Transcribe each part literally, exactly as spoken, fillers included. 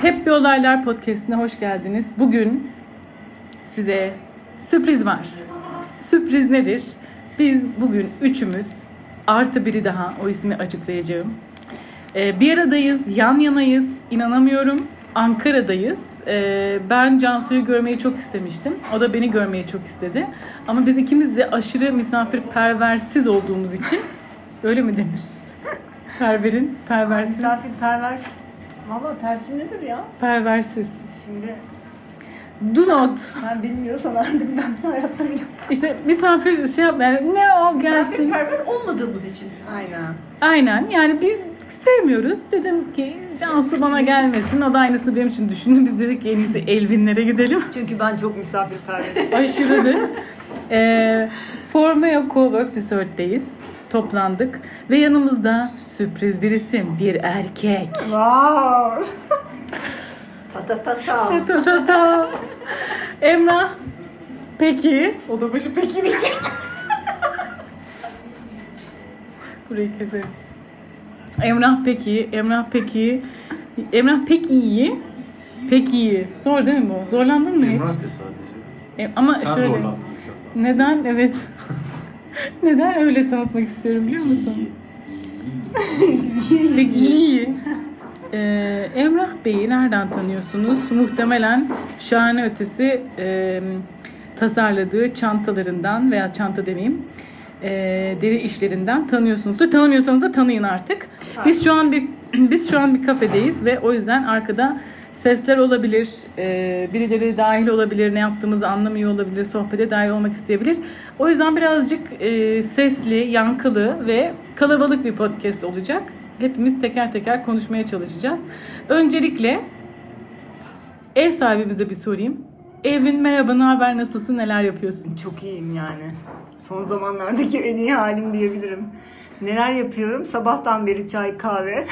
Hep Bir Olaylar Podcast'ine hoş geldiniz. Bugün size sürpriz var. Sürpriz nedir? Biz bugün üçümüz artı biri daha, o ismi açıklayacağım. Ee, bir aradayız, yan yanayız. İnanamıyorum. Ankara'dayız. Ee, ben Cansu'yu görmeyi çok istemiştim. O da beni görmeyi çok istedi. Ama biz ikimiz de aşırı misafirperversiz olduğumuz için, öyle mi denir? Perverin perversiz. Misafirperver. Valla tersi nedir ya? Perversiz. Şimdi do not. sen bilmiyorsan artık ben hayatta biliyorum. İşte misafir şey yap, yani ne o gelsin. Misafirperver olmadığımız için. Aynen. Aynen, yani biz sevmiyoruz. Dedim ki Cansu bana gelmesin. O da aynısını benim için düşündü. Biz dedik ki en iyisi Elvinlere gidelim. Çünkü ben çok misafirperverim. Aşırıdır. Ee, Formeo Cowork Resort'teyiz. Toplandık. Ve yanımızda sürpriz bir isim. Bir erkek. Wow. Ta ta ta ta. Ta ta ta. Emrah. Peki. O da başı peki diyecek. Burayı keselim. Emrah peki. Emrah peki. Emrah peki iyi. Peki iyi. Zor değil mi bu? Zorlandın mı hiç? Emrah de sadece. E, ama Sen şöyle. zorlandın. Neden? Evet. Neden öyle tanıtmak istiyorum biliyor musun? Peki iyi. Ee, Emrah Bey'i nereden tanıyorsunuz? Muhtemelen şahane ötesi e, tasarladığı çantalarından veya çanta demeyeyim e, deri işlerinden tanıyorsunuzdur. Tanımıyorsanız da tanıyın artık. Biz şu an bir biz şu an bir kafedeyiz ve o yüzden arkada sesler olabilir, e, birileri dahil olabilir, ne yaptığımızı anlamıyor olabilir, sohbete dahil olmak isteyebilir. O yüzden birazcık e, sesli, yankılı ve kalabalık bir podcast olacak. Hepimiz teker teker konuşmaya çalışacağız. Öncelikle ev sahibimize bir sorayım. Evin merhaba, ne haber, nasılsın, neler yapıyorsun? Çok iyiyim yani. Son zamanlardaki en iyi halim diyebilirim. Neler yapıyorum? Sabahtan beri çay, kahve.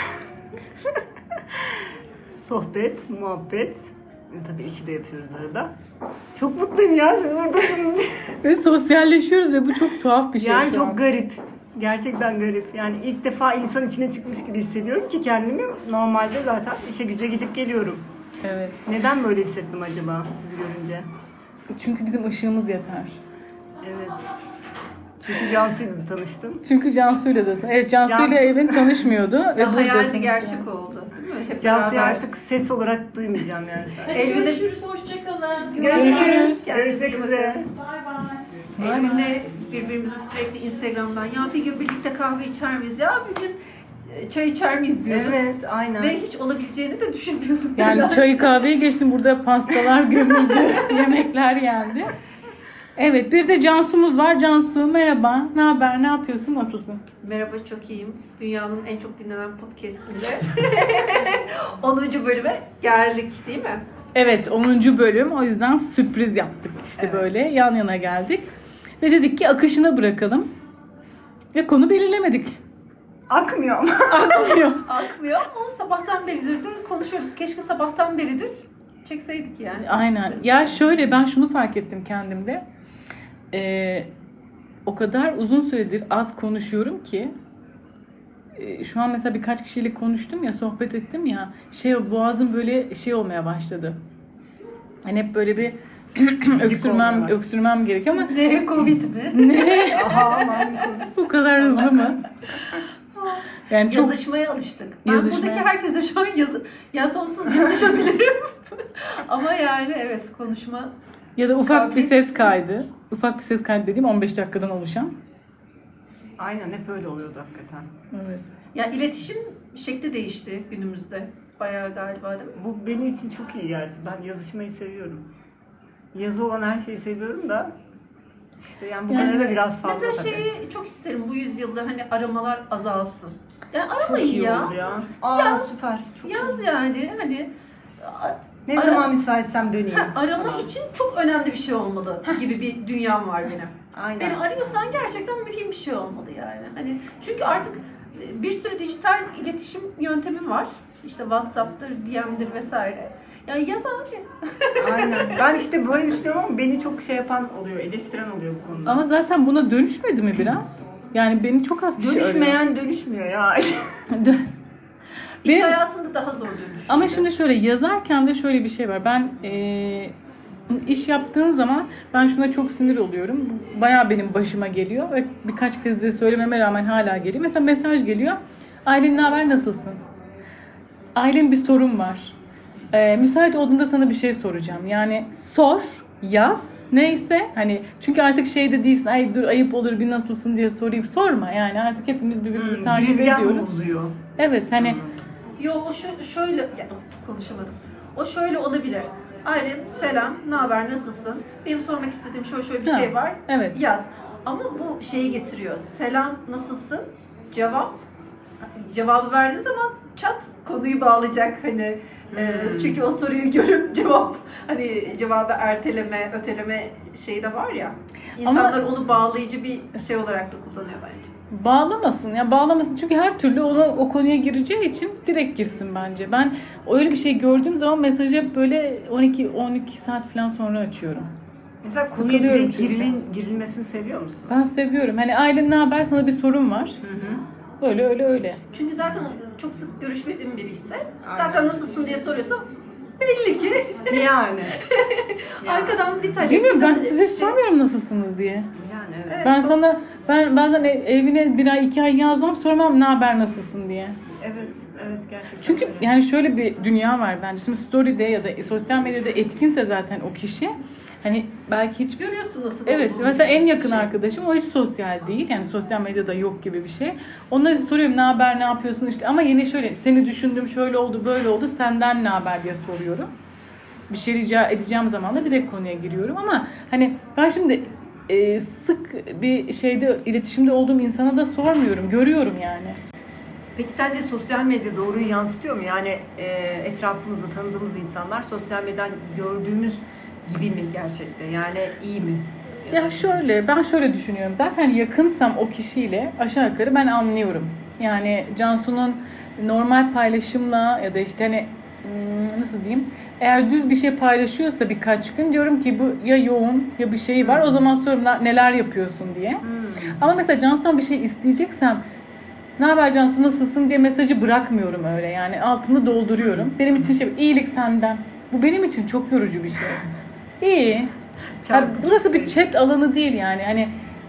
Sohbet, muhabbet. E, tabii işi de yapıyoruz arada. Çok mutluyum ya, siz buradasınız. Ve sosyalleşiyoruz ve bu çok tuhaf bir şey. Yani şu çok an. garip. Gerçekten garip. Yani ilk defa insan içine çıkmış gibi hissediyorum ki kendimi. Normalde zaten işe güce gidip geliyorum. Evet. Neden böyle hissettim acaba sizi görünce? Çünkü bizim ışığımız yeter. Evet. Çünkü Cansu'yla da tanıştım. Çünkü Cansu'yla da. Evet, Cansu'yla Cansu- Evin tanışmıyordu. ve Ve burada hayaldi tanıştılar. gerçek oldu. Değil mi? Hep Cansu'yu beraber. artık ses olarak duymayacağım yani. Elvin'e Görüşürüz, hoşçakalın. Görüşürüz. Kendinize Görüşmek iyi bakın. üzere. Bay bay. Elvin'le birbirimizi sürekli Instagram'dan ya bir gün birlikte kahve içer miyiz, ya bir gün çay içer miyiz diyorduk. Evet, aynen. Ve hiç olabileceğini de düşünmüyorduk. Yani çayı kahveyi geçtim, burada pastalar gömüldü, yemekler yendi. Evet, bir de Cansu'muz var. Cansu merhaba, ne haber, ne yapıyorsun, nasılsın? Merhaba, çok iyiyim. Dünyanın en çok dinlenen podcast'inde onuncu bölüme geldik değil mi? Evet, onuncu bölüm, o yüzden sürpriz yaptık. İşte Evet. böyle yan yana geldik. Ve dedik ki akışına bırakalım. Ve konu belirlemedik. Akmıyor ama. Akmıyor. Akmıyor ama sabahtan beridir de konuşuyoruz. Keşke sabahtan beridir çekseydik yani. Aynen. Ya şöyle, ben şunu fark ettim kendimde. Ee, o kadar uzun süredir az konuşuyorum ki e, şu an mesela birkaç kişiyle konuştum ya, sohbet ettim ya, şey, boğazım böyle şey olmaya başladı. Hani hep böyle bir öksürmem olmaya öksürmem gerekiyor ama Ne, Covid mi? ne? Aha, aman. Bu kadar hızlı mı? Yani çok Yazışmaya alıştık. Ben Yazışmaya. buradaki herkese şu an yazı, ya sonsuz yazışabilirim. Ama yani evet, konuşma. ya da ufak bir Kabiliyet. ses kaydı. Ufak bir ses kaydı dediğim on beş dakikadan oluşan. Aynen, hep öyle oluyordu hakikaten. Evet. Ya iletişim şekli değişti günümüzde. Bayağı galiba değil mi? Bu benim için çok iyi gerçi. Ben yazışmayı seviyorum. Yazı olan her şeyi seviyorum da işte yani bu Yani kadar da biraz fazla Mesela tabii. şeyi çok isterim bu yüzyılda, hani aramalar azalsın. Yani Çok aramayın iyi ya. oldu ya. Aa, Yaz, süper. Çok Yaz iyi. yani hani Ne Ara- zaman müsaitsem döneyim. ha, arama falan. için çok önemli bir şey olmalı gibi bir dünyam var benim. Aynen. Beni arıyorsan gerçekten mühim bir şey olmalı yani. Hani çünkü artık bir sürü dijital iletişim yöntemi var. İşte WhatsApp'tır, D M'dir vesaire. Ya yaz abi. Aynen. Ben işte böyle düşünüyorum ama beni çok şey yapan oluyor, eleştiren oluyor bu konuda. Ama zaten buna dönüşmedi mi biraz? Yani beni çok az kişi arıyor. Dönüşmeyen dönüşmüyor ya. İş Benim- hayatında daha zor dönüşüyor. Ama şimdi şöyle yazarken de şöyle bir şey var. Ben e, iş yaptığım zaman ben şuna çok sinir oluyorum. Bu bayağı benim başıma geliyor ve birkaç kez de söylememe rağmen hala geliyor. Mesela mesaj geliyor. Aylin ne haber, nasılsın? Aylin bir sorun var. E, müsait olduğunda sana bir şey soracağım. Yani sor, yaz, neyse hani çünkü artık şeyde değilsin. Ay dur ayıp olur bir nasılsın diye sorayım. Sorma yani artık hepimiz birbirimizi Hmm, takip girizgah mı ediyoruz. uzuyor? Evet hani Hmm. Yo o şu, şöyle ya, konuşamadım. O şöyle olabilir. Aylin selam, ne haber, nasılsın? Benim sormak istediğim şöyle şöyle bir Ha, şey var. evet. Yaz. Ama bu şeyi getiriyor. Selam, nasılsın? Cevap. Cevabı verdiğin zaman çat konuyu bağlayacak hani. E, Hmm. çünkü o soruyu görüp cevap hani cevabı erteleme, öteleme şeyi de var ya. İnsanlar Ama- onu bağlayıcı bir şey olarak da kullanıyor bence. bağlamasın ya bağlamasın çünkü her türlü ona, o konuya gireceği için direkt girsin bence. Ben öyle bir şey gördüğüm zaman mesajı böyle on iki on iki saat falan sonra açıyorum. Mesela konuya Sıkılıyorum direkt çünkü. girilin, girilmesini seviyor musun? Ben seviyorum. Hani Aylin ne haber, sana bir sorun var. Hı hı. Öyle öyle öyle. Çünkü zaten çok sık görüşmediğim biri ise Aynen. zaten nasılsın diye soruyorsam belli ki Yani. Ya. arkadan bir talep. Bilmiyorum bir ben tane size şey- sormuyorum nasılsınız diye. Yani evet. Evet, Ben çok- sana ben bazen ev- evine bir ay iki ay yazmam sormam ne haber nasılsın diye. Evet, evet gerçekten Çünkü öyle. yani şöyle bir dünya var bence. Şimdi story'de ya da sosyal medyada etkinse zaten o kişi hani belki hiç Görüyorsun nasıl evet olduğunu. mesela en yakın Şey. arkadaşım o hiç sosyal değil. Yani sosyal medyada yok gibi bir şey. Ona soruyorum ne haber ne yapıyorsun işte ama yine şöyle seni düşündüm şöyle oldu böyle oldu senden ne haber diye soruyorum. Bir şey rica edeceğim zaman da direkt konuya giriyorum ama hani ben şimdi e, sık bir şeyde iletişimde olduğum insana da sormuyorum. Görüyorum yani. Peki sence sosyal medya doğruyu yansıtıyor mu? Yani e, etrafımızda tanıdığımız insanlar sosyal medyadan gördüğümüz gibi mi gerçekten? Yani iyi mi? Ya şöyle, ben şöyle düşünüyorum. Zaten yakınsam o kişiyle aşağı yukarı ben anlıyorum. Yani Cansu'nun normal paylaşımla ya da işte hani hmm, nasıl diyeyim? Eğer düz bir şey paylaşıyorsa birkaç gün diyorum ki bu ya yoğun ya bir şey var. O zaman soruyorum neler yapıyorsun diye. Hmm. Ama mesela Cansu'dan bir şey isteyeceksem ne haber Cansu nasılsın diye mesajı bırakmıyorum öyle. Yani altını dolduruyorum. Benim için şey iyilik senden. Bu benim için çok yorucu bir şey. İyi. Ya Çarpıcı burası bir şey. chat alanı değil yani. Hani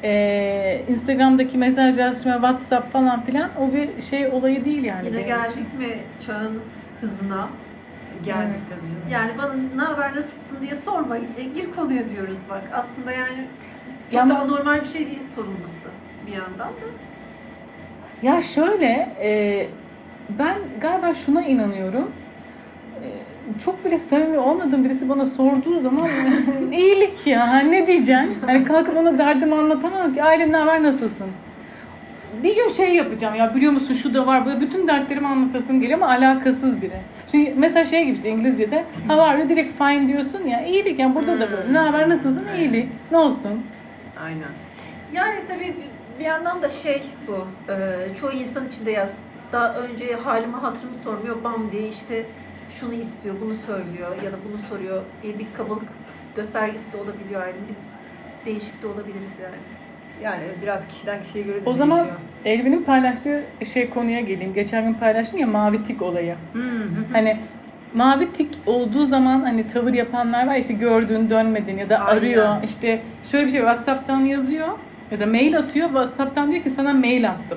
e, Instagram'daki mesajlaşma, WhatsApp falan filan o bir şey olayı değil yani. Yine benim geldik için. mi çağın hızına? Geldik Evet. tabii canım. Yani bana ne haber nasılsın diye sorma. E, gir konuya diyoruz bak. Aslında yani çok Ya- daha normal bir şey değil sorulması bir yandan da. Ya şöyle, e, ben galiba şuna inanıyorum. E, çok bile samimi olmadığım birisi bana sorduğu zaman iyilik ya ne diyeceksin? Hani kalkıp ona derdimi anlatamam ki. Aylin ne haber nasılsın? Bir gün şey yapacağım ya biliyor musun şu da var böyle bütün dertlerimi anlatasım geliyor ama alakasız biri. Şimdi mesela şey gibi işte İngilizce'de how are you direkt fine diyorsun ya iyilik yani burada da böyle ne haber nasılsın iyilik ne olsun. Aynen. Yani tabii bir yandan da şey bu, e, çoğu insan içinde yaz. Daha önce halime hatırımı sormuyor, bam diye işte şunu istiyor, bunu söylüyor ya da bunu soruyor diye bir kabalık göstergesi de olabiliyor yani. Biz değişik de olabiliriz yani. Yani biraz kişiden kişiye göre de O zaman değişiyor. Elvin'in paylaştığı şey konuya geleyim. Geçen gün paylaştın ya mavi tik olayı. Hı hı. Hani mavi tik olduğu zaman hani tavır yapanlar var işte gördüğün dönmedin ya da Aynen. arıyor işte şöyle bir şey WhatsApp'tan yazıyor ya da mail atıyor WhatsApp'tan diyor ki sana mail attım.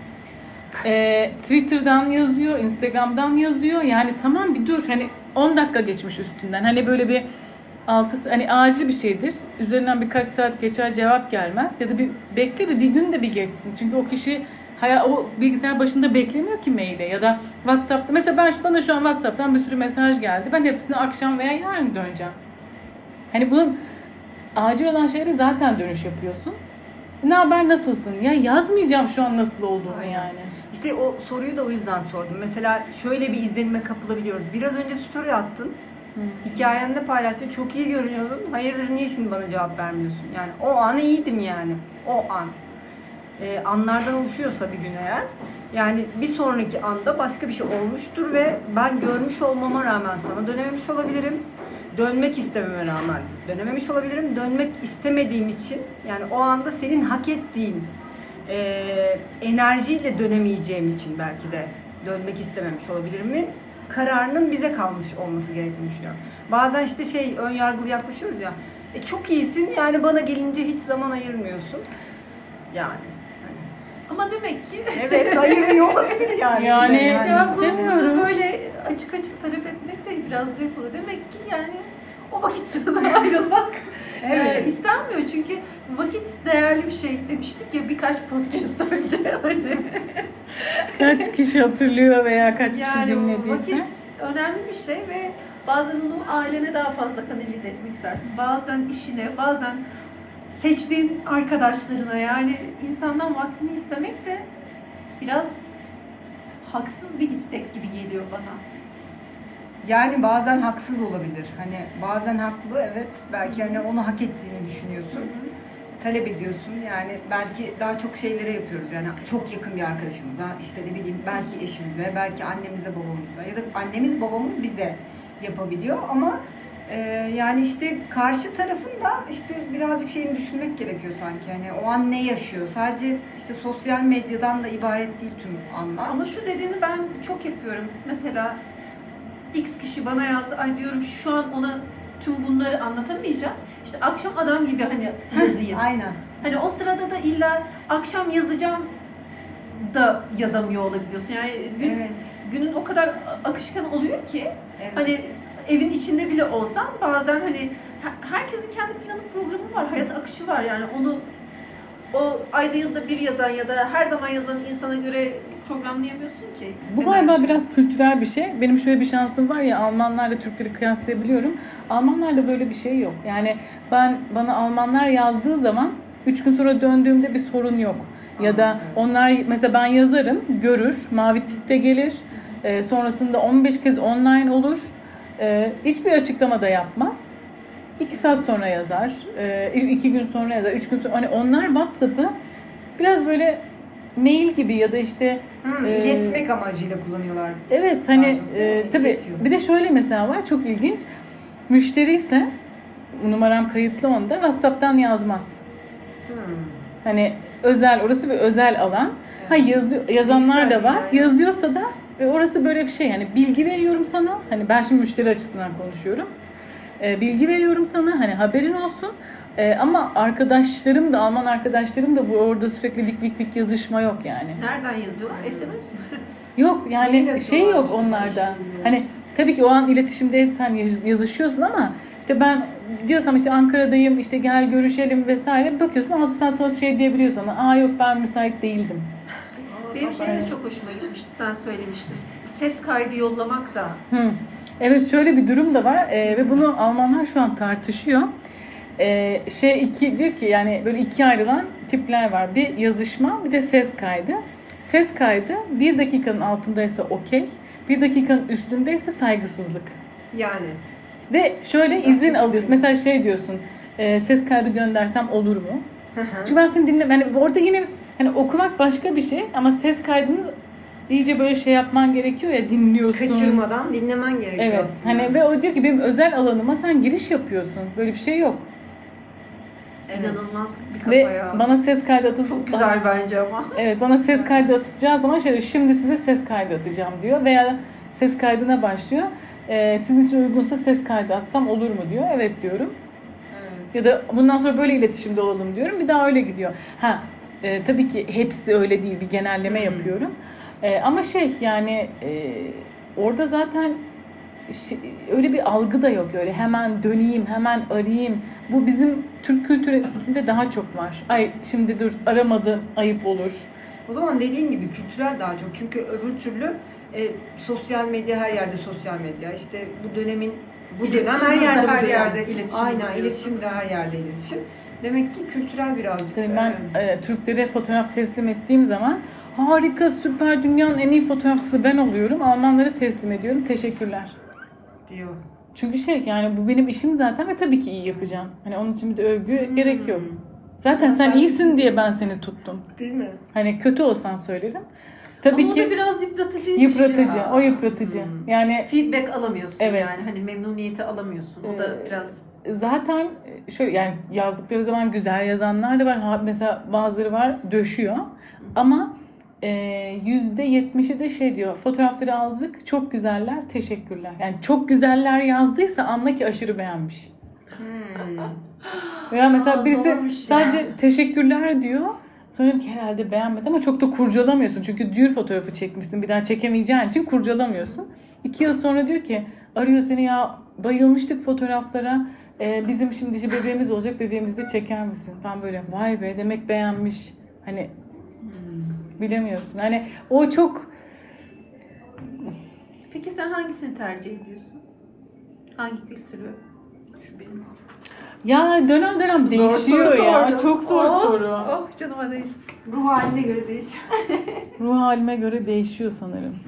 Ee, Twitter'dan yazıyor, Instagram'dan yazıyor. Yani tamam bir dur hani on dakika geçmiş üstünden. Hani böyle bir altı hani acil bir şeydir. Üzerinden birkaç saat geçer cevap gelmez ya da bir bekle bir, bir gün de bir geçsin. Çünkü o kişi haya, o bilgisayar başında beklemiyor ki maile ya da WhatsApp'ta. Mesela ben bana şu an WhatsApp'tan bir sürü mesaj geldi. Ben hepsine akşam veya yarın döneceğim. Hani bunun acil olan şeylere zaten dönüş yapıyorsun. Ne haber nasılsın? Ya yazmayacağım şu an nasıl olduğunu Aynen. yani. İşte o soruyu da o yüzden sordum. Mesela şöyle bir izlenime kapılabiliyoruz. Biraz önce story attın. Hikayende paylaştın. Çok iyi görünüyordun. Hayırdır niye şimdi bana cevap vermiyorsun? Yani o an iyiydim yani. O an. Ee, anlardan oluşuyorsa bir gün eğer. Yani bir sonraki anda başka bir şey olmuştur ve ben görmüş olmama rağmen sana dönememiş olabilirim. Dönmek istememe rağmen dönememiş olabilirim. Dönmek istemediğim için yani o anda senin hak ettiğin e, enerjiyle dönemeyeceğim için belki de dönmek istememiş olabilir mi? Kararının bize kalmış olması gerektiğini düşünüyorum. Bazen işte şey ön yargılı yaklaşıyoruz ya. E çok iyisin yani bana gelince hiç zaman ayırmıyorsun. Yani. Ama demek ki Evet ayırmıyor olabilir yani. Yani- ya bunu İstemiyorum. böyle açık açık talep etmek de biraz garip oluyor. Demek ki yani o vakit sınırından ayrılmak Evet. e, istenmiyor. Çünkü vakit değerli bir şey demiştik ya birkaç podcast önce. Hani. Kaç kişi hatırlıyor veya kaç kişi Yani o dinlediyse. vakit önemli bir şey ve bazen bunu ailene daha fazla kanalize etmek istersin. Bazen işine, bazen seçtiğin arkadaşlarına, yani insandan vaktini istemek de biraz haksız bir istek gibi geliyor bana. Yani bazen haksız olabilir. Hani bazen haklı evet. Belki hani onu hak ettiğini düşünüyorsun. Talep ediyorsun. Yani belki daha çok şeylere yapıyoruz. Yani çok yakın bir arkadaşımıza, işte ne bileyim belki eşimize, belki annemize, babamıza ya da annemiz babamız bize yapabiliyor ama e, yani işte karşı tarafın da işte birazcık şeyini düşünmek gerekiyor sanki. Hani o an ne yaşıyor? Sadece işte sosyal medyadan da ibaret değil tüm anlar. Ama şu dediğini ben çok yapıyorum. Mesela X kişi bana yazdı. Ay diyorum şu an ona tüm bunları anlatamayacağım. İşte akşam adam gibi hani yazayım. Aynen. Hani o sırada da illa akşam yazacağım da yazamıyor olabiliyorsun. Yani gün, Evet. günün o kadar akışkan oluyor ki Evet. hani evin içinde bile olsan bazen hani her- herkesin kendi planı programı var. Hayat akışı var yani onu o ayda yılda bir yazan ya da her zaman yazan insana göre programlayamıyorsun ki. Bu Enerji. galiba biraz kültürel bir şey. Benim şöyle bir şansım var ya, Almanlarla Türkleri kıyaslayabiliyorum. Almanlarda böyle bir şey yok. Yani ben bana Almanlar yazdığı zaman üç gün sonra döndüğümde bir sorun yok. Ya da onlar mesela ben yazarım, görür, mavi tikte gelir. Ee, sonrasında on beş kez online olur. Ee, hiçbir açıklama da yapmaz. İki saat sonra yazar, e, iki gün sonra yazar, üç gün sonra. Hani onlar WhatsApp'ı biraz böyle mail gibi ya da işte Hmm, e, iletmek amacıyla kullanıyorlar. evet hani Daha çok değil mi? e, tabii İletiyor. bir de şöyle mesela var, çok ilginç. Müşteri ise numaram kayıtlı onda, WhatsApp'tan yazmaz. Hmm. Hani özel, orası bir özel alan. Evet. Ha yazıyor, yazanlar Güzel da var. yani. Yazıyorsa da e, orası böyle bir şey. Hani bilgi veriyorum sana. Hani ben şimdi müşteri açısından konuşuyorum. E, bilgi veriyorum sana. Hani haberin olsun. E, ama arkadaşlarım da, Alman arkadaşlarım da bu orada sürekli vik vik vik yazışma yok yani. Nereden yazıyorlar? S M S mi? Yok yani Mail şey yok atıyorlar işte onlarda. sana işini. Hani tabii ki o an iletişimde sen yaz- yazışıyorsun ama işte ben diyorsam işte Ankara'dayım, işte gel görüşelim vesaire, bakıyorsun altı saat sonra şey diyebiliyor sana. Aa yok ben müsait değildim. Benim şey de çok hoşuma gitmişti, sen söylemiştin. Ses kaydı yollamak da. Hı. Evet şöyle bir durum da var ee, ve bunu Almanlar şu an tartışıyor. Ee, şey iki diyor ki yani böyle ikiye ayrılan tipler var. Bir yazışma, bir de ses kaydı. Ses kaydı bir dakikanın altındaysa okey, bir dakikanın üstündeyse saygısızlık. Yani. Ve şöyle izin alıyorsun. Mesela şey diyorsun, e, ses kaydı göndersem olur mu? Çünkü ben seni dinle, yani orada yine hani okumak başka bir şey ama ses kaydını iyice böyle şey yapman gerekiyor ya, dinliyorsun. Kaçırmadan dinlemen gerekiyor Evet. aslında. Hani ve o diyor ki benim özel alanıma sen giriş yapıyorsun. Böyle bir şey yok. Evet. İnanılmaz bir kafa Ve ya. bana ses kaydı atılsın. Çok güzel bence ama. Evet, bana ses kaydı atacağı zaman şey diyor, şimdi size ses kaydı atacağım diyor veya ses kaydına başlıyor. Ee, sizin için uygunsa ses kaydı atsam olur mu diyor. Evet diyorum. Evet. Ya da bundan sonra böyle iletişimde olalım diyorum. Bir daha öyle gidiyor. Ha e, tabii ki hepsi öyle değil. Bir genelleme yapıyorum. E, ama şey yani e, orada zaten şey, öyle bir algı da yok. Öyle hemen döneyim, hemen arayayım. Bu bizim Türk kültüründe daha çok var. Ay şimdi dur aramadım, ayıp olur. O zaman dediğin gibi kültürel daha çok. Çünkü öbür türlü e, sosyal medya, her yerde sosyal medya. İşte bu dönemin bu dönem İletişim her yerde hızı, bu her dönem. yerde iletişim Aynen, hızı iletişim de her yerde iletişim. Demek ki kültürel birazcık. Tabii da, ben evet. e, Türklere fotoğraf teslim ettiğim zaman harika, süper, dünyanın en iyi fotoğrafçısı ben oluyorum. Almanlara teslim ediyorum. Teşekkürler. diyor. Çünkü şey yani bu benim işim zaten ve tabii ki iyi yapacağım. Hani onun için bir de övgü gerek yok. Zaten sen iyisin diye ben seni tuttum. Değil mi? Hani kötü olsan söylerim. Tabii ama ki o da biraz yıpratıcıymış yıpratıcı. ya. O yıpratıcı. Yani Feedback alamıyorsun Evet. yani. Hani memnuniyeti alamıyorsun. O da Ee, biraz zaten şöyle yani yazdıkları zaman güzel yazanlar da var. Ha, mesela bazıları var döşüyor. Ama yüzde yetmişi de şey diyor, fotoğrafları aldık, çok güzeller, teşekkürler. Yani çok güzeller yazdıysa anla ki aşırı beğenmiş. Hmm. Veya mesela Aa, birisi zormuş ya. sadece teşekkürler diyor. Sonra diyorum ki herhalde beğenmedi ama çok da kurcalamıyorsun. Çünkü düğün fotoğrafı çekmişsin. Bir daha çekemeyeceğin için kurcalamıyorsun. İki yıl sonra diyor ki arıyor seni, ya bayılmıştık fotoğraflara. Ee, bizim şimdi işte bebeğimiz olacak, bebeğimizi de çeker misin? Ben böyle vay be demek beğenmiş. Hani bilemiyorsun. Hani o çok... Peki sen hangisini tercih ediyorsun? Hangi kültürü? Şu benim. Ya dönem dönem değişiyor soru ya. sordum. Çok zor Oh, soru. Oh canıma değsin. Ruh haline göre değişiyor. Ruh halime göre değişiyor sanırım.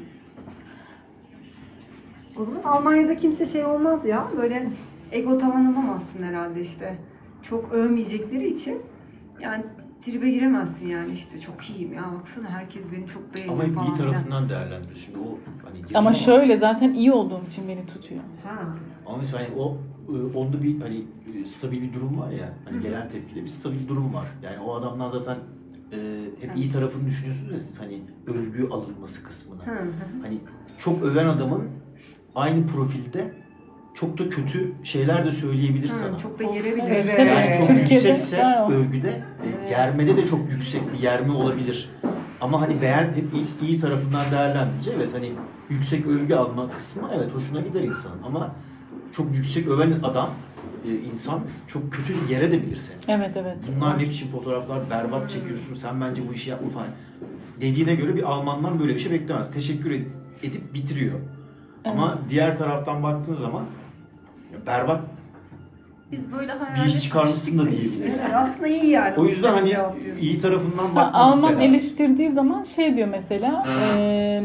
O zaman Almanya'da kimse şey olmaz ya. Böyle ego tavan olamazsın herhalde işte. Çok övmeyecekleri için. Yani tribe giremezsin yani işte çok iyiyim ya baksana herkes beni çok beğeniyor Ama hep falan. iyi filan. tarafından değerlendiriyor. Şimdi o hani Ama şöyle zaten iyi olduğum için beni tutuyor. Ha. ama mesela hani o e, onda bir hani e, stabil bir durum var ya. Hani gelen tepkide bir stabil durum var. Yani o adamdan zaten e, hep iyi tarafını düşünüyorsunuz ya siz, hani övgü alınması kısmını. Hı hı. Hani çok öven adamın aynı profilde çok da kötü şeyler de söyleyebilir Hı, sana. çok da yerebilir. Evet, Evet. tabii. Yani çok Türkiye'de yüksekse var o. övgüde, e, yermede de çok yüksek bir yerme olabilir. Ama hani beğen hep iyi, iyi tarafından değerlendirince evet hani yüksek övgü alma kısmı evet hoşuna gider insanın. Ama çok yüksek öven adam, e, insan çok kötü yere de bilir seni. Evet evet. Bunlar ne biçim fotoğraflar, berbat çekiyorsun, sen bence bu işi yapma falan. Dediğine göre bir Almandan böyle bir şey beklemez. Teşekkür ed- edip bitiriyor. Ama diğer taraftan baktığın zaman ya berbat Biz böyle hayal bir iş çıkarmışsın da diyebilirim. Evet, aslında iyi yani. O yüzden hani Cevap diyorsun. iyi tarafından Ha, bakmak Alman lazım. eleştirdiği zaman şey diyor mesela, e,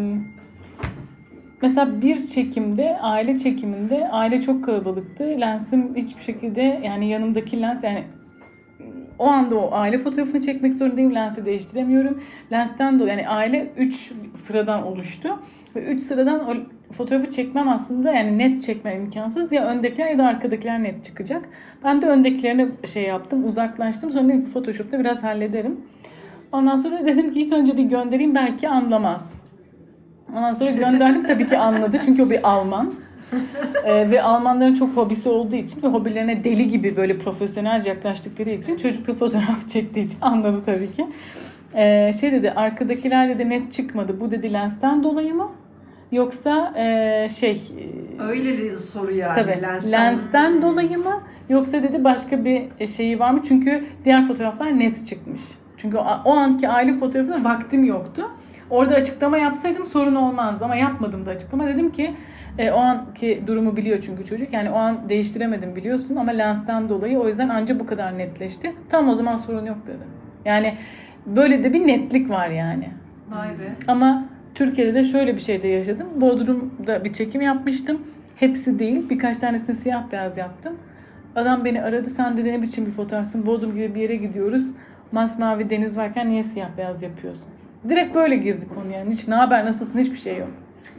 mesela bir çekimde, aile çekiminde aile çok kalabalıktı. Lensim hiçbir şekilde, yani yanımdaki lens, yani o anda o aile fotoğrafını çekmek zorundayım. Lensi değiştiremiyorum. Lensten dolayı yani aile üç sıradan oluştu. Ve üç sıradan o fotoğrafı çekmem aslında, yani net çekmem imkansız. Ya öndekiler ya da arkadakiler net çıkacak. Ben de öndekilerine şey yaptım, uzaklaştım. Sonra dedim ki Photoshop'ta biraz hallederim. Ondan sonra dedim ki ilk önce bir göndereyim, belki anlamaz. Ondan sonra gönderdim, tabii ki anladı çünkü o bir Alman. ee, ve Almanların çok hobisi olduğu için ve hobilerine deli gibi böyle profesyonelce yaklaştıkları için, çocukla fotoğraf çektiği için anladı tabii ki. Ee, şey dedi, arkadakiler dedi net çıkmadı. Bu dedi lensten dolayı mı? Yoksa e, şey... Öyle bir soru yani. Tabii. Lensten, dolayı mı? Yoksa dedi başka bir şeyi var mı? Çünkü diğer fotoğraflar net çıkmış. Çünkü o, o anki aile fotoğrafına vaktim yoktu. Orada açıklama yapsaydım sorun olmazdı ama yapmadım da açıklama. Dedim ki e, o anki durumu biliyor çünkü çocuk. Yani o an değiştiremedim biliyorsun ama lensten dolayı, o yüzden anca bu kadar netleşti. Tamam, o zaman sorun yok dedim. Yani böyle de bir netlik var yani. Vay be. Ama Türkiye'de de şöyle bir şey de yaşadım. Bodrum'da bir çekim yapmıştım. Hepsi değil. Birkaç tanesini siyah beyaz yaptım. Adam beni aradı. Sen de ne biçim bir fotoğrafsın? Bodrum gibi bir yere gidiyoruz. Masmavi deniz varken niye siyah beyaz yapıyorsun? Direkt böyle girdi konuya. Hiç ne haber, nasılsın, hiçbir şey yok.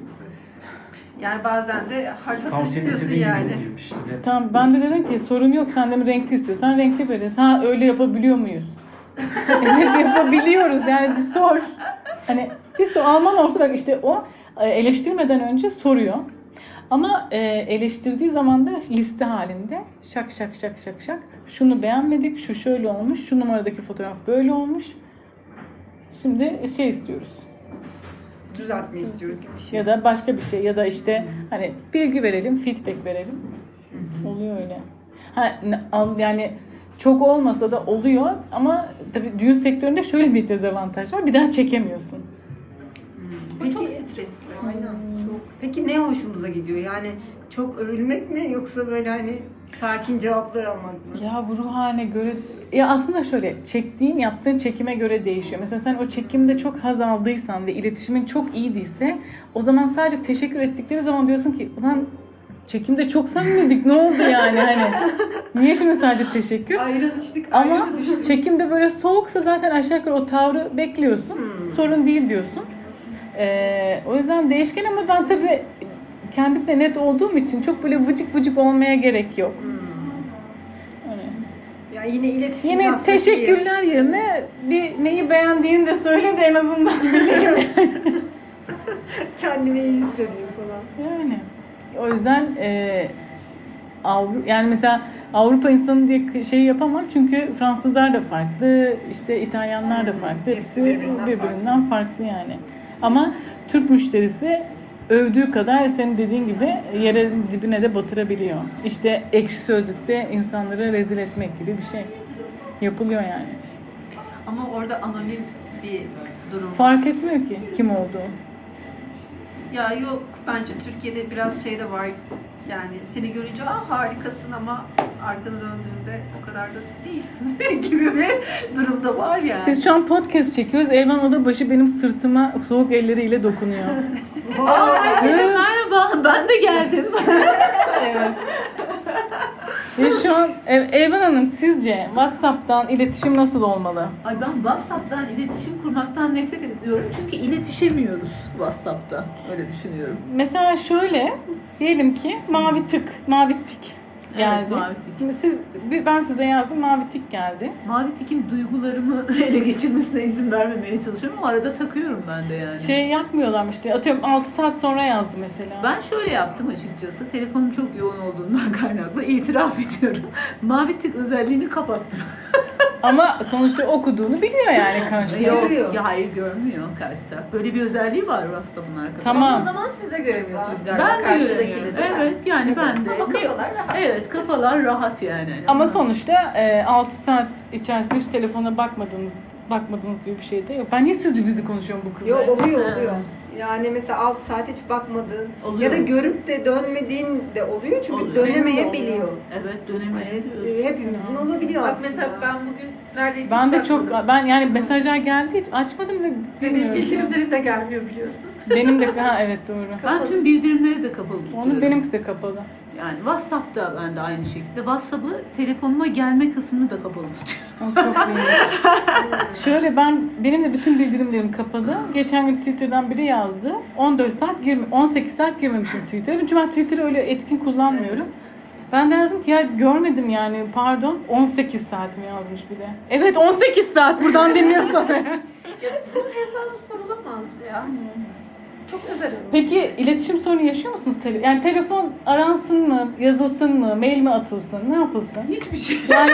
Yani bazen de hal hatır Tam senin istiyorsun istediğin yani. gibi girmişti. Evet. Tamam, ben de dedim ki sorun yok. Sen de mi renkli istiyorsan renkli veririz. Ha, öyle yapabiliyor muyuz? Evet, yapabiliyoruz. Yani bir sor. Hani bir sor. Alman olsa bak işte o eleştirmeden önce soruyor. Ama e, eleştirdiği zaman da liste halinde şak şak şak şak şak. Şunu beğenmedik, şu şöyle olmuş, şu numaradaki fotoğraf böyle olmuş. Şimdi şey istiyoruz. Düzeltme istiyoruz gibi bir şey. Ya da başka bir şey, ya da işte hani bilgi verelim, feedback verelim. Oluyor öyle. Ha, yani çok olmasa da oluyor ama tabii düğün sektöründe şöyle bir dezavantaj var. Bir daha çekemiyorsun. Bu çok stresli. Aynen. Çok. Peki ne hoşumuza gidiyor? Yani çok övülmek mi yoksa böyle hani sakin cevaplar almak mı? Ya bu ruh haline göre, ya aslında şöyle, çektiğin, yaptığın çekime göre değişiyor. Mesela sen o çekimde çok haz aldıysan ve iletişimin çok iyiyse, o zaman sadece teşekkür ettikleri zaman diyorsun ki ulan çekimde çok samimiydik, ne oldu yani, hani niye şimdi sadece teşekkür? Ayran içtik, Ama ayranı düştük. çekimde böyle soğuksa zaten aşağı yukarı o tavrı bekliyorsun. Hmm. Sorun değil diyorsun. Ee, o yüzden değişken ama ben tabii kendimde net olduğum için çok böyle vıcık vıcık olmaya gerek yok. Hmm. Hani, Ya Yani yine iletişim Yine aslında teşekkürler yerine bir neyi beğendiğini de söyle de en azından bileyim. kendime iyi hissediyorum falan. Yani o yüzden e, Avrupa yani mesela Avrupa insanı diye şey yapamam çünkü Fransızlar da farklı, işte İtalyanlar da farklı, hepsi birbirinden, birbirinden farklı. farklı yani. Ama Türk müşterisi övdüğü kadar senin dediğin gibi yere dibine de batırabiliyor. İşte Ekşi Sözlük'te insanları rezil etmek gibi bir şey yapılıyor yani. Ama orada anonim bir durum. Fark etmiyor ki kim olduğu. Ya yok, bence Türkiye'de biraz şey de var. Yani seni görünce ah harikasın ama arkana döndüğünde o kadar da değilsin gibi bir durumda var yani. Biz şu an podcast çekiyoruz. Elvan Odabaşı benim sırtıma soğuk elleriyle dokunuyor. Aa, herkese merhaba, ben de geldim. Evet. Ve şu an Ev- Elvan Hanım sizce WhatsApp'tan iletişim nasıl olmalı? Ay ben WhatsApp'tan iletişim kurmaktan nefret ediyorum. Çünkü iletişemiyoruz WhatsApp'ta. Öyle düşünüyorum. Mesela şöyle diyelim ki mavi tık, mavi tik geldi. Evet, mavi tik. Şimdi siz, ben size yazdım mavi tik geldi. Mavi tikin duygularımı ele geçirmesine izin vermemeye çalışıyorum ama arada takıyorum ben de yani. Şey yapmıyorlar işte atıyorum altı saat sonra yazdı mesela. Ben şöyle yaptım açıkçası. Telefonum çok yoğun olduğundan kaynaklı itiraf ediyorum. Mavi tik özelliğini kapattım. Ama sonuçta okuduğunu biliyor yani karşı taraf. Yok, ya hayır görmüyor karşı taraf. Böyle bir özelliği var WhatsApp'ın arkadaşlar. Tamam. O zaman siz de göremiyorsunuz galiba Ben de karşıdakini, göremiyorum. değil mi? Evet yani ben de. Ama kafalar rahat. Evet kafalar rahat yani. Ama sonuçta e, altı saat içerisinde hiç telefona bakmadığınız bakmadığınız gibi bir şey de yok. Ben niye sizli bizi konuşuyorum bu kızla? Yok oluyor oluyor. Yani mesela altı saat hiç bakmadığın Oluyor. ya da görüp de dönmediğin de oluyor çünkü Oluyor. dönemeyebiliyor. Evet dönemeyebiliyoruz. Yani, e, hepimizin olabiliyor Bak aslında. mesela ben bugün neredeyse Ben hiç de çok bakmadım. ben yani mesajlar geldi hiç açmadım ve Ve benim bilmiyorum. bildirimlerim de gelmiyor biliyorsun. Benim de ha evet doğru. Ben tüm bildirimleri de kapalı tutuyorum. Onun benimkisi de kapalı. Yani WhatsApp'ta ben de aynı şekilde. WhatsApp'ı telefonuma gelme kısmını da kapalı tutuyorum. O çok iyi. Şöyle ben benim de bütün bildirimlerim kapalı. Geçen gün Twitter'dan biri yazdı. on dört saat girme, on sekiz saat girmemişim Twitter'a. Çünkü ben Twitter'ı öyle etkin kullanmıyorum. Ben de yazdım ki ya görmedim yani pardon on sekiz saat mi yazmış bir de. Evet on sekiz saat buradan dinliyorsan. Ya bunun hesabı sorulamaz ya. Çok özel olur. Peki iletişim sorunu yaşıyor musunuz? Tele- yani telefon aransın mı, yazılsın mı, mail mi atılsın, ne yapılsın? Hiçbir şey. Yani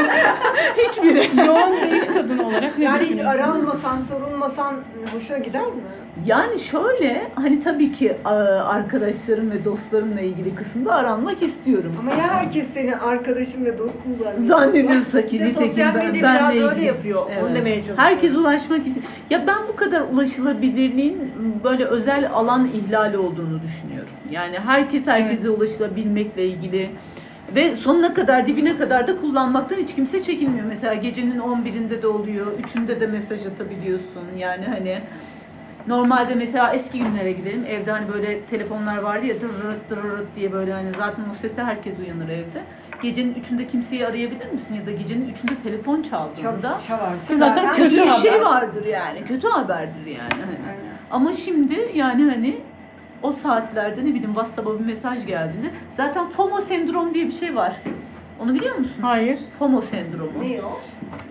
Hiçbiri. yoğun bir iş kadını olarak ne Yani hiç düşünüyorsunuz? aranmasan, sorulmasan hoşuna gider mi? Yani şöyle hani tabii ki a, arkadaşlarım ve dostlarımla ilgili kısımda aranmak istiyorum. Ama ya herkes senin arkadaşın ve dostun zannediyor. Zannediyorsa ki Bir de nitekim sosyal ben, medya benle biraz ilgili. öyle yapıyor. Onu demeye çalışıyorum. Herkes ulaşmak istiyor. Ya ben bu kadar ulaşılabilirliğin böyle özel alan ihlali olduğunu düşünüyorum. Yani herkes herkese Evet. ulaşılabilmekle ilgili ve sonuna kadar dibine kadar da kullanmaktan hiç kimse çekinmiyor. Mesela gecenin on birinde de oluyor, üçünde de mesaj atabiliyorsun. Yani hani normalde mesela eski günlere gidelim. Evde hani böyle telefonlar vardı ya dırırıt dırırıt diye böyle hani zaten o sese herkes uyanır evde. Gecenin üçünde kimseyi arayabilir misin? Ya da gecenin üçünde telefon çaldığında Çal- çalarsın. Ki zaten kötü bir haber. şey vardır yani. Kötü haberdir yani. Hani. Aynen. Ama şimdi yani hani o saatlerde ne bileyim WhatsApp'a bir mesaj geldiğinde zaten FOMO sendrom diye bir şey var. Onu biliyor musun? Hayır. FOMO sendromu. Ne o?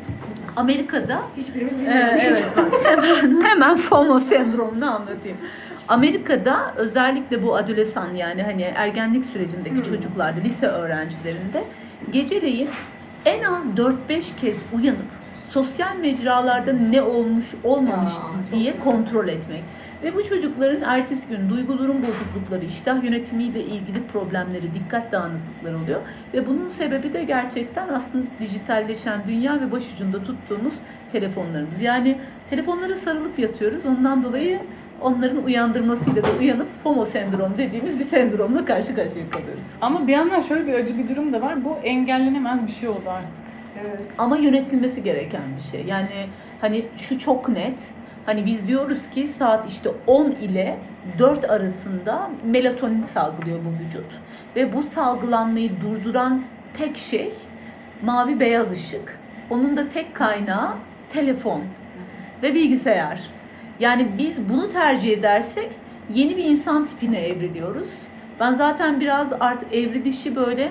Amerika'da Hiçbirimiz Ee, bilmiyoruz. evet bak hemen, hemen FOMO sendromunu anlatayım. Amerika'da özellikle bu adolesan yani hani ergenlik sürecindeki çocuklarda, lise öğrencilerinde geceleyin en az dört beş kez uyanıp sosyal mecralarda ne olmuş olmamış Ya, diye kontrol etmek. Ve bu çocukların ertesi gün duygu durum bozuklukları, iştah yönetimiyle ilgili problemleri, dikkat dağınıklıkları oluyor. Ve bunun sebebi de gerçekten aslında dijitalleşen dünya ve başucunda tuttuğumuz telefonlarımız. Yani telefonlara sarılıp yatıyoruz. Ondan dolayı onların uyandırmasıyla da uyanıp FOMO sendromu dediğimiz bir sendromla karşı karşıya kalıyoruz. Ama bir yandan şöyle bir acı bir durum da var. Bu engellenemez bir şey oldu artık. Evet. Ama yönetilmesi gereken bir şey. Yani hani şu çok net. Hani biz diyoruz ki saat işte on ile dört arasında melatonin salgılıyor bu vücut. Ve bu salgılanmayı durduran tek şey mavi beyaz ışık. Onun da tek kaynağı telefon ve bilgisayar. Yani biz bunu tercih edersek yeni bir insan tipine evriliyoruz. Ben zaten biraz artık evrilişi böyle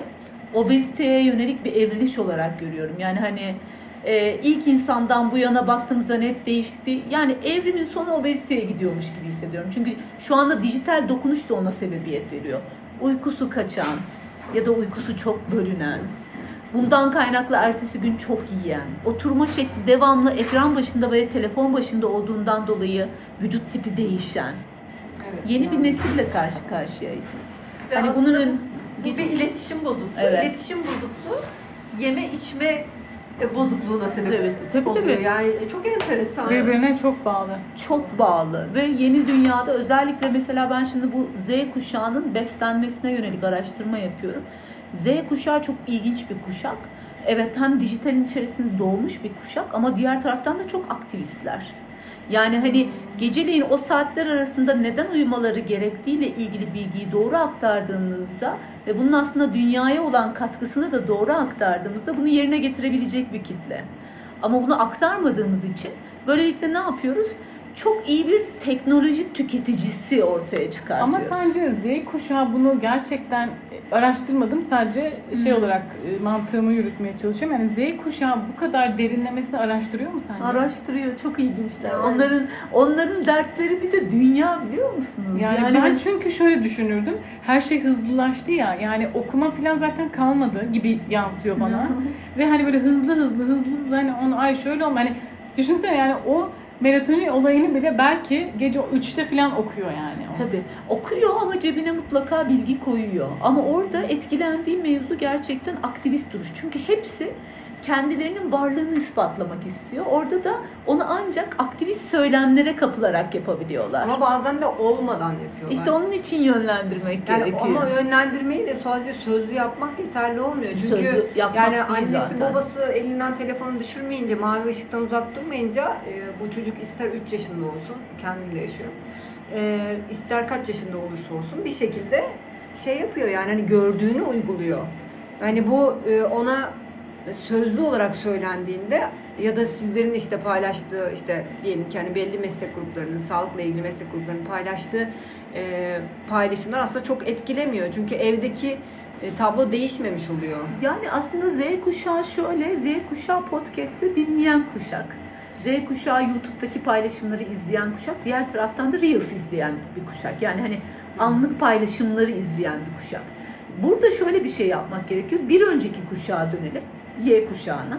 obeziteye yönelik bir evriliş olarak görüyorum. Yani hani e, ilk insandan bu yana baktığımızda hep değişti. Yani evrimin sonu obeziteye gidiyormuş gibi hissediyorum. Çünkü şu anda dijital dokunuş da ona sebebiyet veriyor. Uykusu kaçan ya da uykusu çok bölünen, bundan kaynaklı ertesi gün çok yiyen, oturma şekli devamlı ekran başında veya telefon başında olduğundan dolayı vücut tipi değişen Evet, yeni yani. bir nesille karşı karşıyayız. Ve Hani aslında bunun bu bir iletişim bozukluğu. Evet. İletişim bozukluğu yeme içme bozukluğuna sebep Evet, tabii, oluyor. tabii. Yani çok enteresan. Birbirine çok bağlı. çok bağlı ve yeni dünyada özellikle mesela ben şimdi bu Z kuşağının beslenmesine yönelik araştırma yapıyorum. Z kuşağı çok ilginç bir kuşak. Evet, hem dijitalin içerisinde doğmuş bir kuşak ama diğer taraftan da çok aktivistler. Yani hani geceleyin o saatler arasında neden uyumaları gerektiğiyle ilgili bilgiyi doğru aktardığımızda ve bunun aslında dünyaya olan katkısını da doğru aktardığımızda bunu yerine getirebilecek bir kitle. Ama bunu aktarmadığımız için böylelikle ne yapıyoruz? Çok iyi bir teknoloji tüketicisi ortaya Ama çıkartıyoruz. sence Z kuşağı bunu gerçekten araştırmadım. Sadece şey Hmm. olarak e, mantığımı yürütmeye çalışıyorum. Yani Z kuşağı bu kadar derinlemesine araştırıyor mu sence? Araştırıyor, çok ilginçler. Yani. Onların onların dertleri bir de dünya, biliyor musunuz? Yani, ben çünkü şöyle düşünürdüm. Her şey hızlılaştı ya. Yani okuma falan zaten kalmadı gibi yansıyor bana. Ve hani böyle hızlı hızlı hızlı hızlı hani onu ay şöyle olma. Hani düşünsene yani o melatonin olayını bile belki gece üçte falan okuyor yani. O. Tabii okuyor ama cebine mutlaka bilgi koyuyor. Ama orada etkilendiği mevzu gerçekten aktivist duruş. Çünkü hepsi kendilerinin varlığını ispatlamak istiyor. Orada da onu ancak aktivist söylemlere kapılarak yapabiliyorlar. Ama bazen de olmadan yapıyorlar. İşte onun için yönlendirmek yani gerekiyor. ama yönlendirmeyi de sadece sözlü yapmak yeterli olmuyor. Çünkü Sözlü yapmak yani değil annesi zaten. babası elinden telefonu düşürmeyince, mavi ışıktan uzak durmayınca e, bu çocuk ister üç yaşında olsun, kendim de yaşıyorum. E, ister kaç yaşında olursa olsun bir şekilde şey yapıyor yani hani gördüğünü uyguluyor. Yani bu e, ona sözlü olarak söylendiğinde ya da sizlerin işte paylaştığı işte diyelim ki hani belli meslek gruplarının, sağlıkla ilgili meslek gruplarının paylaştığı e, paylaşımlar aslında çok etkilemiyor. Çünkü evdeki e, tablo değişmemiş oluyor. Yani aslında Z kuşağı şöyle, Z kuşağı podcast'ı dinleyen kuşak. Z kuşağı YouTube'daki paylaşımları izleyen kuşak, diğer taraftan da Reels izleyen bir kuşak. Yani hani anlık paylaşımları izleyen bir kuşak. Burada şöyle bir şey yapmak gerekiyor. Bir önceki kuşağa dönelim. Y kuşağına.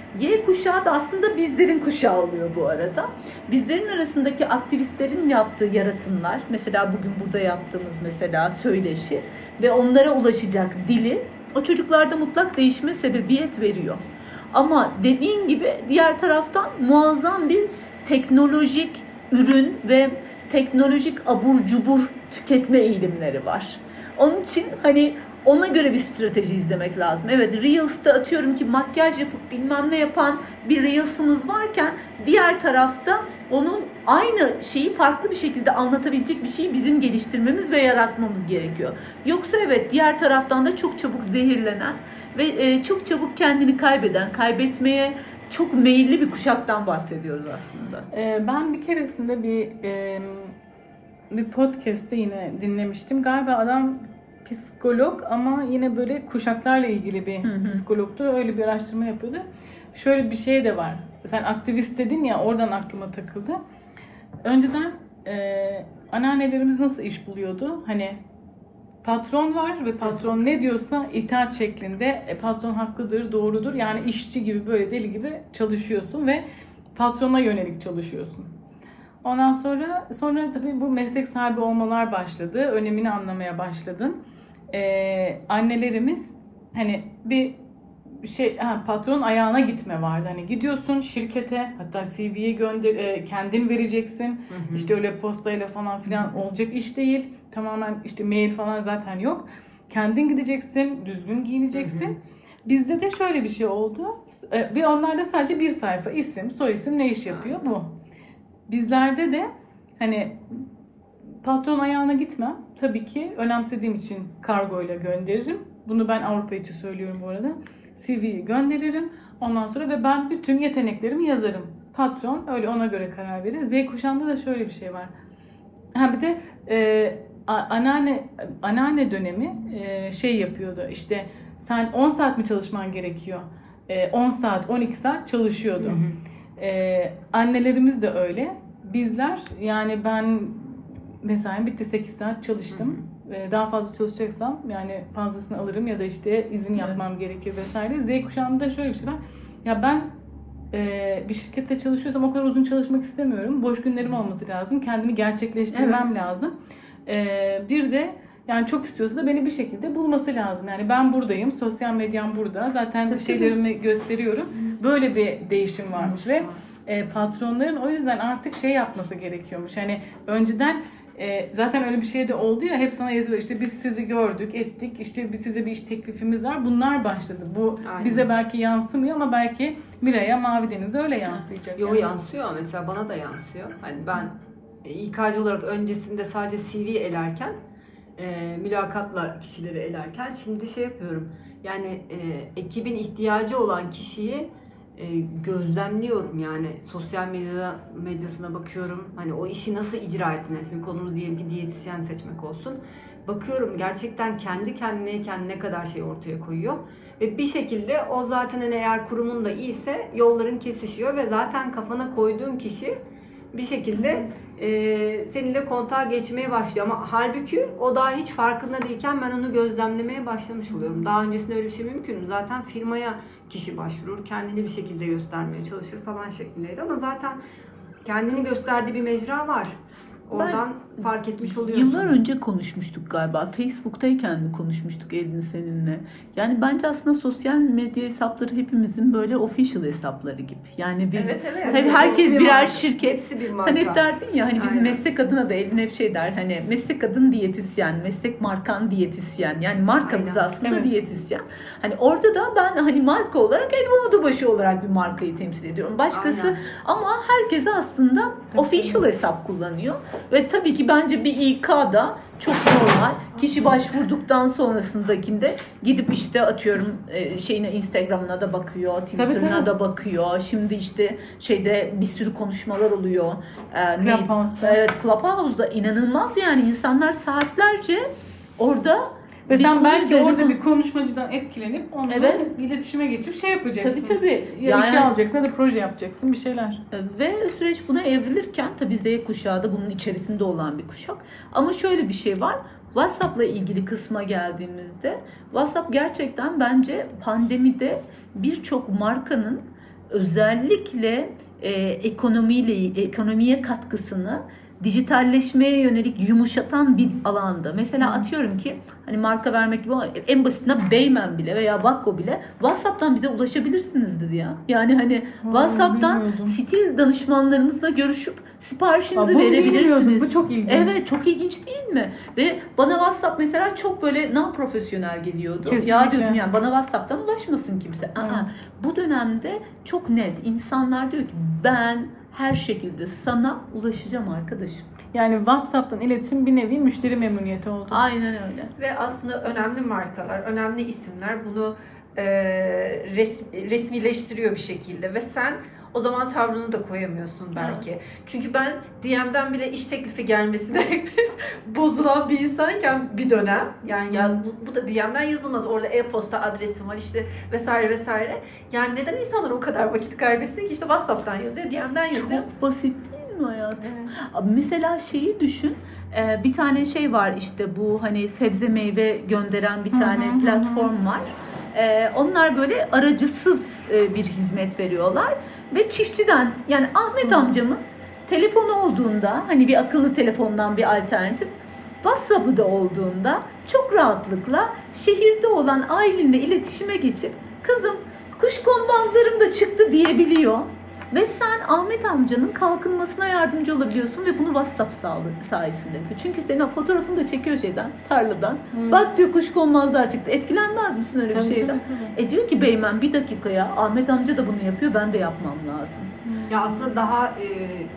Y kuşağı da aslında bizlerin kuşağı oluyor bu arada. Bizlerin arasındaki aktivistlerin yaptığı yaratımlar, mesela bugün burada yaptığımız mesela söyleşi ve onlara ulaşacak dili o çocuklarda mutlak değişime sebebiyet veriyor. Ama dediğin gibi diğer taraftan muazzam bir teknolojik ürün ve teknolojik abur cubur tüketme eğilimleri var. Onun için hani ona göre bir strateji izlemek lazım. Evet, Reels'ta atıyorum ki makyaj yapıp bilmem ne yapan bir Reels'ımız varken diğer tarafta onun aynı şeyi farklı bir şekilde anlatabilecek bir şeyi bizim geliştirmemiz ve yaratmamız gerekiyor. Yoksa evet, diğer taraftan da çok çabuk zehirlenen ve çok çabuk kendini kaybeden, kaybetmeye çok meyilli bir kuşaktan bahsediyoruz aslında. Ben bir keresinde bir bir podcast'te yine dinlemiştim. Galiba adam psikolog ama yine böyle kuşaklarla ilgili bir hı hı. psikologtu. Öyle bir araştırma yapıyordu. Şöyle bir şey de var. Sen aktivist dedin ya, oradan aklıma takıldı. Önceden e, anneannelerimiz nasıl iş buluyordu? Hani patron var ve patron ne diyorsa itaat şeklinde. E, patron haklıdır, doğrudur. Yani işçi gibi böyle deli gibi çalışıyorsun ve patrona yönelik çalışıyorsun. Ondan sonra sonra tabii bu meslek sahibi olmalar başladı. Önemini anlamaya başladın. Ee, annelerimiz hani bir şey ha, patron ayağına gitme vardı. Hani gidiyorsun şirkete, hatta C V'ye gönder e, kendin vereceksin. Hı hı. İşte öyle postayla falan filan olacak iş değil. Tamamen işte mail falan zaten yok. Kendin gideceksin, düzgün giyineceksin. Hı hı. Bizde de şöyle bir şey oldu. Bir onlarda sadece bir sayfa isim, soyisim, ne iş yapıyor bu. Bizlerde de hani patron ayağına gitmem. Tabii ki önemsediğim için kargoyla gönderirim. Bunu ben Avrupa için söylüyorum bu arada. C V'yi gönderirim. Ondan sonra ve ben bütün yeteneklerimi yazarım. Patron öyle ona göre karar verir. Z kuşağında da şöyle bir şey var. Ha bir de e, anneanne anneanne dönemi e, şey yapıyordu. İşte sen on saat mi çalışman gerekiyor? E, on saat, on iki saat çalışıyordu. Hı hı. E, annelerimiz de öyle. Bizler, yani ben mesaim bitti, sekiz saat çalıştım. Hı hı. Daha fazla çalışacaksam yani fazlasını alırım ya da işte izin yapmam evet. gerekiyor vesaire. Z kuşağında şöyle bir şey var. Ya ben e, bir şirkette çalışıyorsam o kadar uzun çalışmak istemiyorum. Boş günlerim olması lazım. Kendimi gerçekleştirmem evet. lazım. E, bir de yani çok istiyorsa da beni bir şekilde bulması lazım. Yani ben buradayım, sosyal medyam burada. Zaten tabii şeylerimi tabii. gösteriyorum. Böyle bir değişim varmış hı. ve e, patronların o yüzden artık şey yapması gerekiyormuş. Yani önceden E, zaten öyle bir şey de oldu ya, hep sana yazıyor işte biz sizi gördük ettik, işte biz size bir iş teklifimiz var, bunlar başladı. Bu aynen. bize belki yansımıyor ama belki Miray'a, Mavi Deniz'e öyle yansıyacak. Yo yani. yansıyor mesela, bana da yansıyor. Hani ben İK'cı olarak öncesinde sadece C V elerken, e, mülakatla kişileri elerken şimdi şey yapıyorum. Yani e, ekibin ihtiyacı olan kişiyi E, gözlemliyorum, yani sosyal medya medyasına bakıyorum, hani o işi nasıl icra ettiğine. Şimdi konumuz diyelim ki diyetisyen seçmek olsun, bakıyorum gerçekten kendi kendineyken ne kadar şey ortaya koyuyor ve bir şekilde o zaten hani eğer kurumun da iyiyse yolların kesişiyor ve zaten kafana koyduğun kişi bir şekilde e, seninle kontağa geçmeye başlıyor ama halbuki o daha hiç farkında değilken ben onu gözlemlemeye başlamış oluyorum. Daha öncesinde öyle bir şey mümkün mü? Zaten firmaya kişi başvurur, kendini bir şekilde göstermeye çalışır falan şeklindeydi ama zaten kendini gösterdiği bir mecra var. Oradan ben, fark etmiş oluyorsun. Yıllar önce konuşmuştuk galiba. Facebook'tayken mi konuşmuştuk Elin seninle? Yani bence aslında sosyal medya hesapları hepimizin böyle official hesapları gibi. Yani biz evet, evet. Hani herkes bir birer marka. şirket. Hepsi bir marka. Sen hep derdin ya hani bizim aynen. meslek adına da Elin hep şey der, hani meslek adın diyetisyen, meslek markan diyetisyen. Yani markamız aynen. aslında evet. diyetisyen. Hani orada da ben hani marka olarak Elvan Odabaşı olarak bir markayı temsil ediyorum. Başkası aynen. ama herkes aslında tabii official tabii. hesap kullanıyor. Ve tabii ki bence bir İK'da çok normal. Kişi başvurduktan sonrasındakinde gidip işte atıyorum şeyine, Instagram'ına da bakıyor, Twitter'ına da bakıyor. Şimdi işte şeyde bir sürü konuşmalar oluyor. Clubhouse'da. Evet, Clubhouse'da inanılmaz yani insanlar saatlerce orada. Ve sen belki orada konu... bir konuşmacıdan etkilenip onunla evet. iletişime geçip şey yapacaksın. Tabii tabii. Ya yani... işe alacaksın ya da proje yapacaksın, bir şeyler. Ve süreç buna evrilirken tabii Z kuşağı da bunun içerisinde olan bir kuşak. Ama şöyle bir şey var. WhatsApp'la ilgili kısma geldiğimizde WhatsApp gerçekten bence pandemide birçok markanın özellikle e, ekonomiyle ekonomiye katkısını dijitalleşmeye yönelik yumuşatan bir alanda. Mesela hmm. atıyorum ki hani marka vermek gibi en basitinden Beymen bile veya Vakko bile WhatsApp'tan bize ulaşabilirsiniz dedi ya. Yani hani hmm, WhatsApp'tan bilmiyordum. Stil danışmanlarımızla görüşüp siparişinizi Aa, verebilirsiniz. Bu çok ilginç. Evet, çok ilginç değil mi? Ve bana WhatsApp mesela çok böyle non-profesyonel geliyordu. Kesinlikle. Ya diyordum yani bana WhatsApp'tan ulaşmasın kimse. Hmm. Aa, bu dönemde çok net insanlar diyor ki ben her şekilde sana ulaşacağım arkadaşım. Yani WhatsApp'tan iletişim bir nevi müşteri memnuniyeti oldu. Aynen öyle. Ve aslında önemli markalar, önemli isimler bunu e, res, resmileştiriyor bir şekilde ve sen o zaman tavrını da koyamıyorsun belki. Evet. Çünkü ben D M'den bile iş teklifi gelmesine bozulan bir insanken bir dönem, yani ya bu, bu da D M'den yazılmaz. Orada e-posta adresim var işte vesaire vesaire. Yani neden insanlar o kadar vakit kaybetsin ki, işte WhatsApp'tan yazıyor, D M'den yazıyor. Çok basit değil mi hayatım? Evet. Mesela şeyi düşün. Bir tane şey var işte, bu hani sebze meyve gönderen bir tane hı hı, platform hı. var. Onlar böyle aracısız bir hizmet veriyorlar. Ve çiftçiden, yani Ahmet hmm. amcamın telefonu olduğunda, hani bir akıllı telefondan bir alternatif, WhatsApp'ı da olduğunda çok rahatlıkla şehirde olan ailenle iletişime geçip kızım kuşkonmazlarım da çıktı diyebiliyor. Ve sen Ahmet amcanın kalkınmasına yardımcı olabiliyorsun ve bunu WhatsApp sayesinde yapıyor. Çünkü senin fotoğrafını da çekiyor şeyden, tarladan. Hmm. Bak diyor kuşkonmazlar çıktı. Etkilenmez misin öyle tabii, bir şeyden? Tabii, tabii. E diyor ki Beymen bir dakikaya Ahmet amca da bunu yapıyor, ben de yapmam lazım. Hmm. Ya aslında daha e,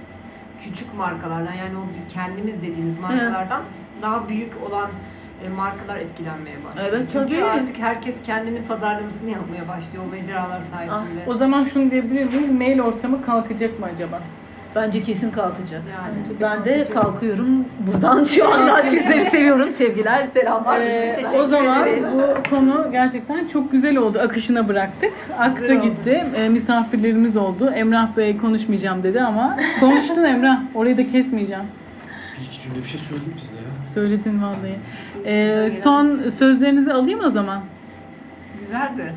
küçük markalardan, yani o kendimiz dediğimiz markalardan evet. daha büyük olan markalar etkilenmeye başlıyor. Evet, çünkü tabii. artık herkes kendinin pazarlamasını yapmaya başlıyor o mecralar sayesinde. Ah, o zaman şunu diyebilir miyiz? Mail ortamı kalkacak mı acaba? Bence kesin kalkacak. Yani. Ben de kalkıyorum. Buradan şu anda sizleri seviyorum. Sevgiler, selamlar. Ee, Teşekkür o zaman ederiz. bu konu gerçekten çok güzel oldu. Akışına bıraktık. Aktı Güzel oldu. gitti. Ee, misafirlerimiz oldu. Emrah Bey konuşmayacağım dedi ama konuştun Emrah. Orayı da kesmeyeceğim. Bir iki cümle bir şey söyledik biz de ya. Söyledin vallahi. Hiç Ee, güzel son gelmesin. sözlerinizi alayım o zaman. Güzeldi.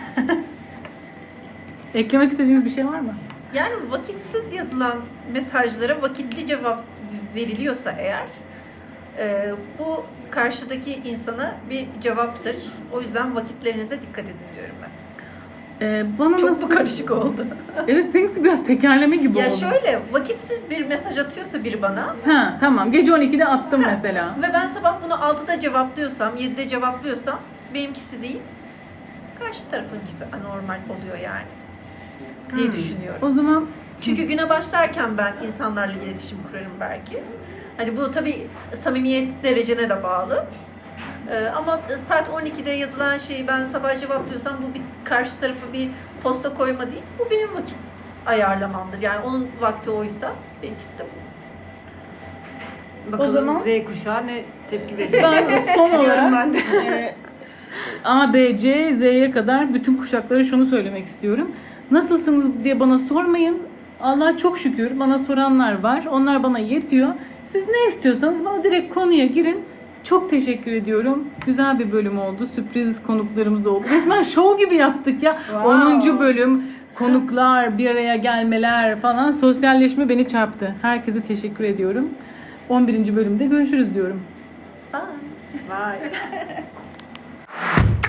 Eklemek istediğiniz bir şey var mı? Yani vakitsiz yazılan mesajlara vakitli cevap veriliyorsa eğer e, bu karşıdaki insana bir cevaptır. O yüzden vakitlerinize dikkat edin diyorum ben. Ee, bana Çok nasıl... mu karışık oldu? Evet, seninkisi biraz tekerleme gibi Ya oldu. şöyle, vakitsiz bir mesaj atıyorsa biri bana Ha tamam. Gece on ikide attım mesela. ve ben sabah bunu altıda cevaplıyorsam, yedide cevaplıyorsam benimkisi değil, karşı tarafınkisi anormal oluyor yani diye Hmm. düşünüyorum. O zaman Çünkü güne başlarken ben insanlarla iletişim kurarım belki. Hani bu tabii samimiyet derecene de bağlı. Ee, ama saat on ikide yazılan şeyi ben sabah cevaplıyorsam bu bir karşı tarafı bir posta koyma değil. Bu benim vakit ayarlamamdır. Yani onun vakti oysa benimkisi de bu. Bakalım O zaman- Z kuşağı ne tepki verecek? ben son Diyorum olarak ben de. e, A, B, C, Z'ye kadar bütün kuşaklara şunu söylemek istiyorum. Nasılsınız diye bana sormayın. Allah'a çok şükür bana soranlar var. Onlar bana yetiyor. Siz ne istiyorsanız bana direkt konuya girin. Çok teşekkür ediyorum. Güzel bir bölüm oldu. Sürpriz konuklarımız oldu. Resmen show gibi yaptık ya. Wow. onuncu bölüm. Konuklar, bir araya gelmeler falan. Sosyalleşme beni çarptı. Herkese teşekkür ediyorum. on birinci bölümde görüşürüz diyorum. Bye. Vay.